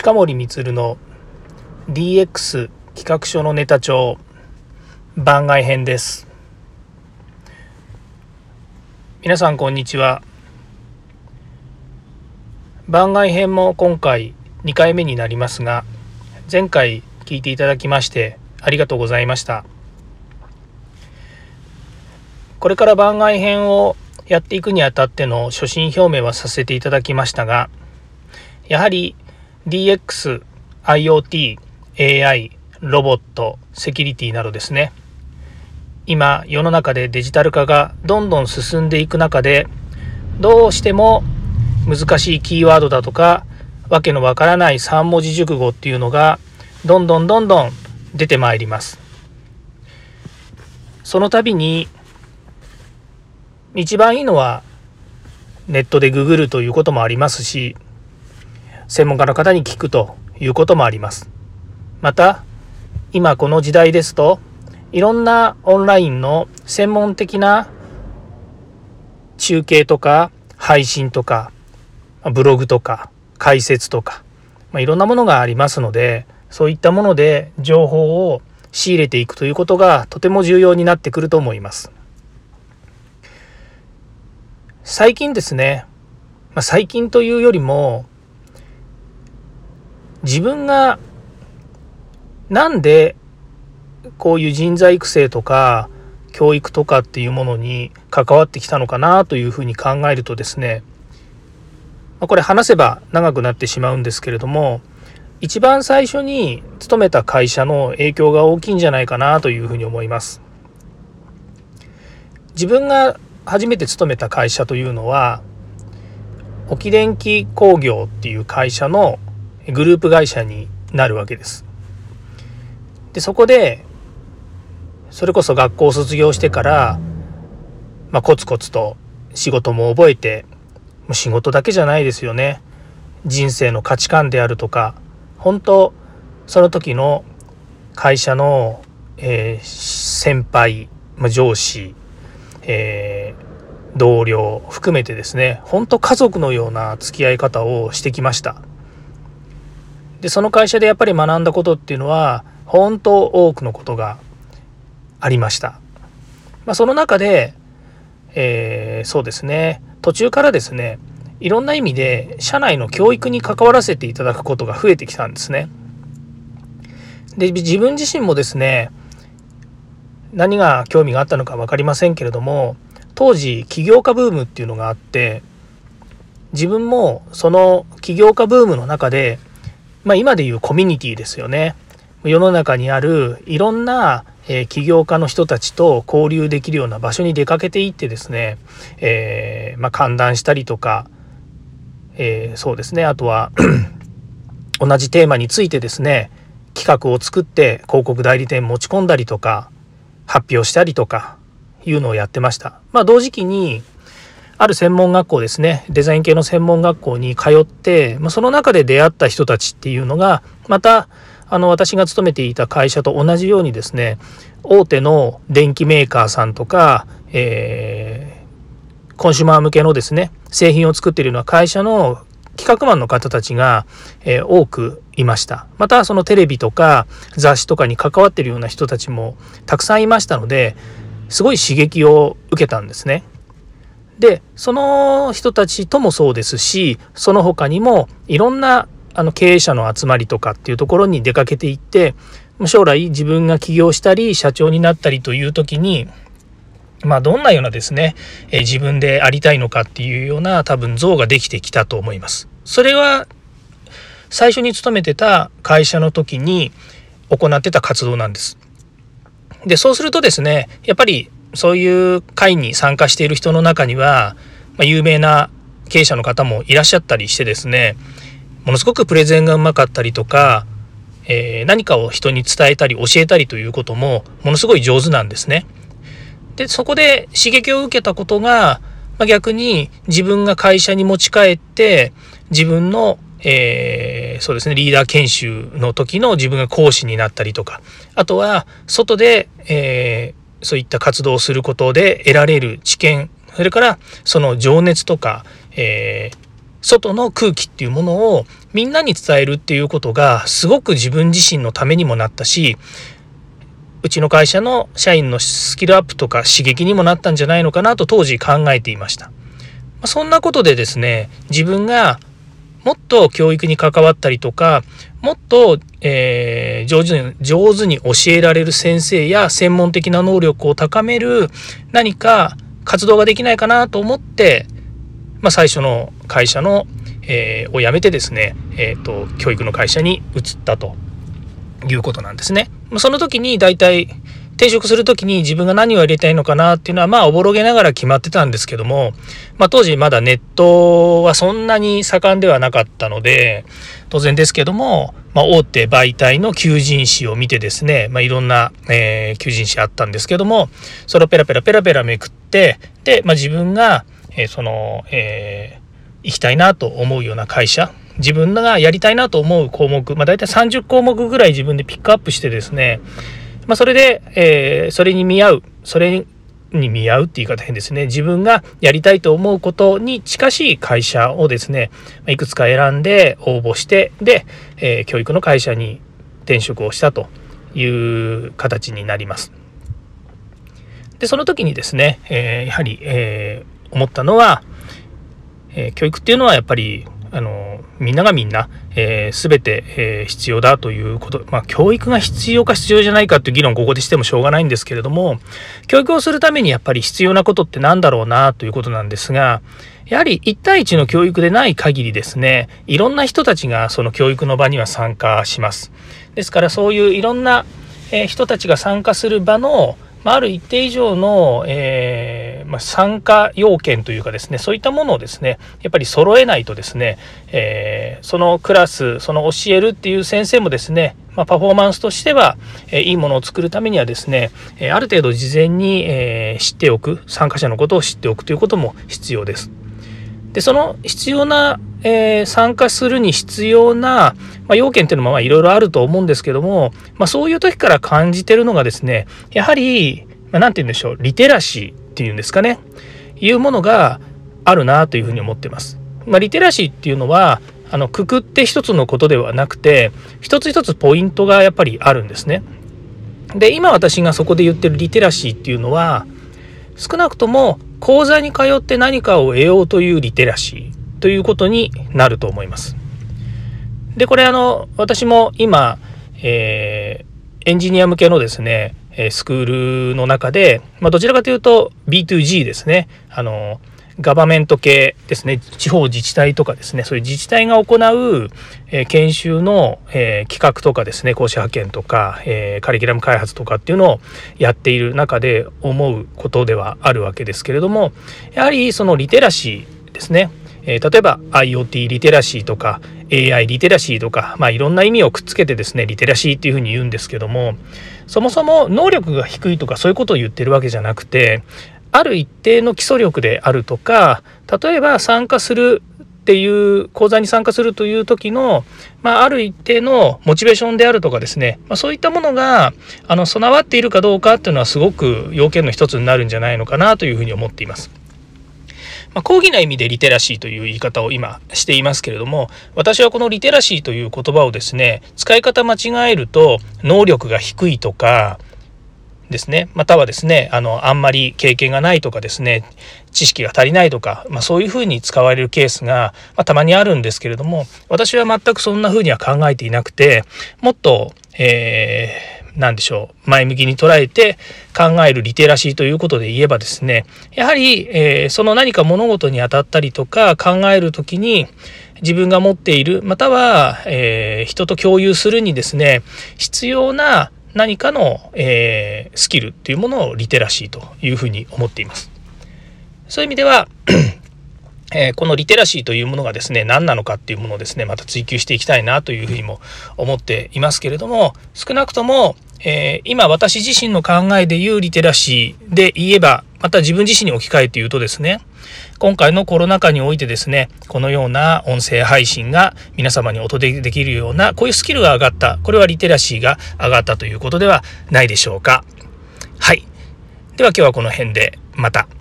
近森光の DX 企画書のネタ帳番外編です。皆さんこんにちは。番外編も今回2回目になりますが、前回聞いていただきましてありがとうございました。これから番外編をやっていくにあたっての所信表明はさせていただきましたが、やはり DX、IoT、AI、ロボット、セキュリティなどですね、今世の中でデジタル化がどんどん進んでいく中で、どうしても難しいキーワードだとかわけのわからない3文字熟語っていうのがどんどん出てまいります。その度に一番いいのはネットでググるということもありますし、専門家の方に聞くということもあります。また今この時代ですと、いろんなオンラインの専門的な中継とか配信とかブログとか解説とか、いろんなものがありますので、そういったもので情報を仕入れていくということがとても重要になってくると思います。最近ですね、最近というよりも、自分がなんでこういう人材育成とか教育とかっていうものに関わってきたのかなというふうに考えるとですね、これ話せば長くなってしまうんですけれども、一番最初に勤めた会社の影響が大きいんじゃないかなというふうに思います。自分が初めて勤めた会社というのは、沖電機工業っていう会社のグループ会社になるわけです。で、そこでそれこそ学校を卒業してから、コツコツと仕事も覚えて、仕事だけじゃないですよね。人生の価値観であるとか、本当その時の会社の、先輩、上司、同僚含めてですね、本当家族のような付き合い方をしてきました。で、その会社でやっぱり学んだことっていうのは本当多くのことがありました。その中で、そうですね、途中からですね、いろんな意味で社内の教育に関わらせていただくことが増えてきたんですね。で、自分自身もですね、何が興味があったのか分かりませんけれども、当時起業家ブームっていうのがあって、自分もその起業家ブームの中で、今でいうコミュニティですよね。世の中にあるいろんな起業家の人たちと交流できるような場所に出かけていってですね、歓談したりとか、そうですね、あとは同じテーマについてですね、企画を作って広告代理店持ち込んだりとか発表したりとかいうのをやってました。同時期にある専門学校ですね、デザイン系の専門学校に通って、その中で出会った人たちっていうのがまた私が勤めていた会社と同じようにですね、大手の電機メーカーさんとか、コンシュマー向けのですね製品を作っているような会社の企画マンの方たちが、多くいました。またそのテレビとか雑誌とかに関わっているような人たちもたくさんいましたので、すごい刺激を受けたんですね。で、その人たちともそうですし、その他にもいろんな経営者の集まりとかっていうところに出かけていって、将来自分が起業したり社長になったりという時に、どんなようなですね、自分でありたいのかっていうような多分像ができてきたと思います。それは最初に勤めてた会社の時に行ってた活動なんです。で、そうするとですね、やっぱりそういう会に参加している人の中には、有名な経営者の方もいらっしゃったりしてですね、ものすごくプレゼンがうまかったりとか、何かを人に伝えたり教えたりということもものすごい上手なんですね。で、そこで刺激を受けたことが、逆に自分が会社に持ち帰って自分の、そうですね、リーダー研修の時の自分が講師になったりとか、あとは外で、そういった活動をすることで得られる知見、それからその情熱とか、 外の空気っていうものをみんなに伝えるっていうことがすごく自分自身のためにもなったし、うちの会社の社員のスキルアップとか刺激にもなったんじゃないのかなと当時考えていました。そんなことでですね、自分がもっと教育に関わったりとか、もっと、上手に教えられる先生や専門的な能力を高める何か活動ができないかなと思って、最初の会社の、を辞めてですね、教育の会社に移ったということなんですね。その時にだいたい転職する時に自分が何を入れたいのかなっていうのはおぼろげながら決まってたんですけども、当時まだネットはそんなに盛んではなかったので、当然ですけども、大手媒体の求人誌を見てですね、いろんな、求人誌あったんですけども、それをペラペラめくって、で、自分が、行きたいなと思うような会社、自分がやりたいなと思う項目、だいたい30項目ぐらい自分でピックアップしてですね、それで、それに見合うって言い方変ですね。自分がやりたいと思うことに近しい会社をですね、いくつか選んで応募して、で、教育の会社に転職をしたという形になります。で、その時にですね、やはり、思ったのは、教育っていうのはやっぱりみんな全て、必要だということ、教育が必要か必要じゃないかっていう議論ここでしてもしょうがないんですけれども、教育をするためにやっぱり必要なことって何だろうなということなんですが、やはり1対1の教育でない限りですね、いろんな人たちがその教育の場には参加します。ですからそういういろんな人たちが参加する場のある一定以上の、参加要件というかですね、そういったものをですねやっぱり揃えないとですね、そのクラス、その教えるっていう先生もですね、パフォーマンスとしていいものを作るためにはですね、ある程度事前に、知っておく、参加者のことを知っておくということも必要です。で、その必要な、参加するに必要な、要件っていうのもいろいろあると思うんですけども、そういう時から感じてるのがですね、やはり、なんて言うんでしょう、リテラシーっていうんですかね、いうものがあるなというふうに思ってます。リテラシーっていうのはくくって一つのことではなくて、一つ一つポイントがやっぱりあるんですね。で、今私がそこで言ってるリテラシーっていうのは、少なくとも講座に通って何かを得ようというリテラシーということになると思います。で、これ私も今、エンジニア向けのですねスクールの中で、どちらかというと B2G ですね、ガバメント系ですね、地方自治体とかですね、そういう自治体が行う、研修の、企画とかですね、講師派遣とか、カリキュラム開発とかっていうのをやっている中で思うことではあるわけですけれども、やはりそのリテラシーですね、例えば IoT リテラシーとか AI リテラシーとか、いろんな意味をくっつけてですねリテラシーっていうふうに言うんですけども、そもそも能力が低いとかそういうことを言ってるわけじゃなくて、ある一定の基礎力であるとか、例えば参加するっていう講座に参加するという時の、ある一定のモチベーションであるとかですね、そういったものが備わっているかどうかっていうのはすごく要件の一つになるんじゃないのかなというふうに思っています。広義な意味でリテラシーという言い方を今していますけれども、私はこのリテラシーという言葉をですね、使い方間違えると能力が低いとかですね、またはですねあんまり経験がないとかですね、知識が足りないとか、そういうふうに使われるケースが、たまにあるんですけれども、私は全くそんなふうには考えていなくて、もっと何でしょう、前向きに捉えて考えるリテラシーということで言えばですね、やはり、その何か物事に当たったりとか考えるときに自分が持っている、または、人と共有するにですね必要な何かの、スキルっていうものをリテラシーというふうに思っています。そういう意味ではこのリテラシーというものがですね何なのかっていうものをですねまた追求していきたいなというふうにも思っていますけれども、少なくとも、今私自身の考えで言うリテラシーで言えば、また自分自身に置き換えて言うとですね、今回のコロナ禍においてですね、このような音声配信が皆様にお届けできるようなこういうスキルが上がった、これはリテラシーが上がったということではないでしょうか。はい、では今日はこの辺でまた。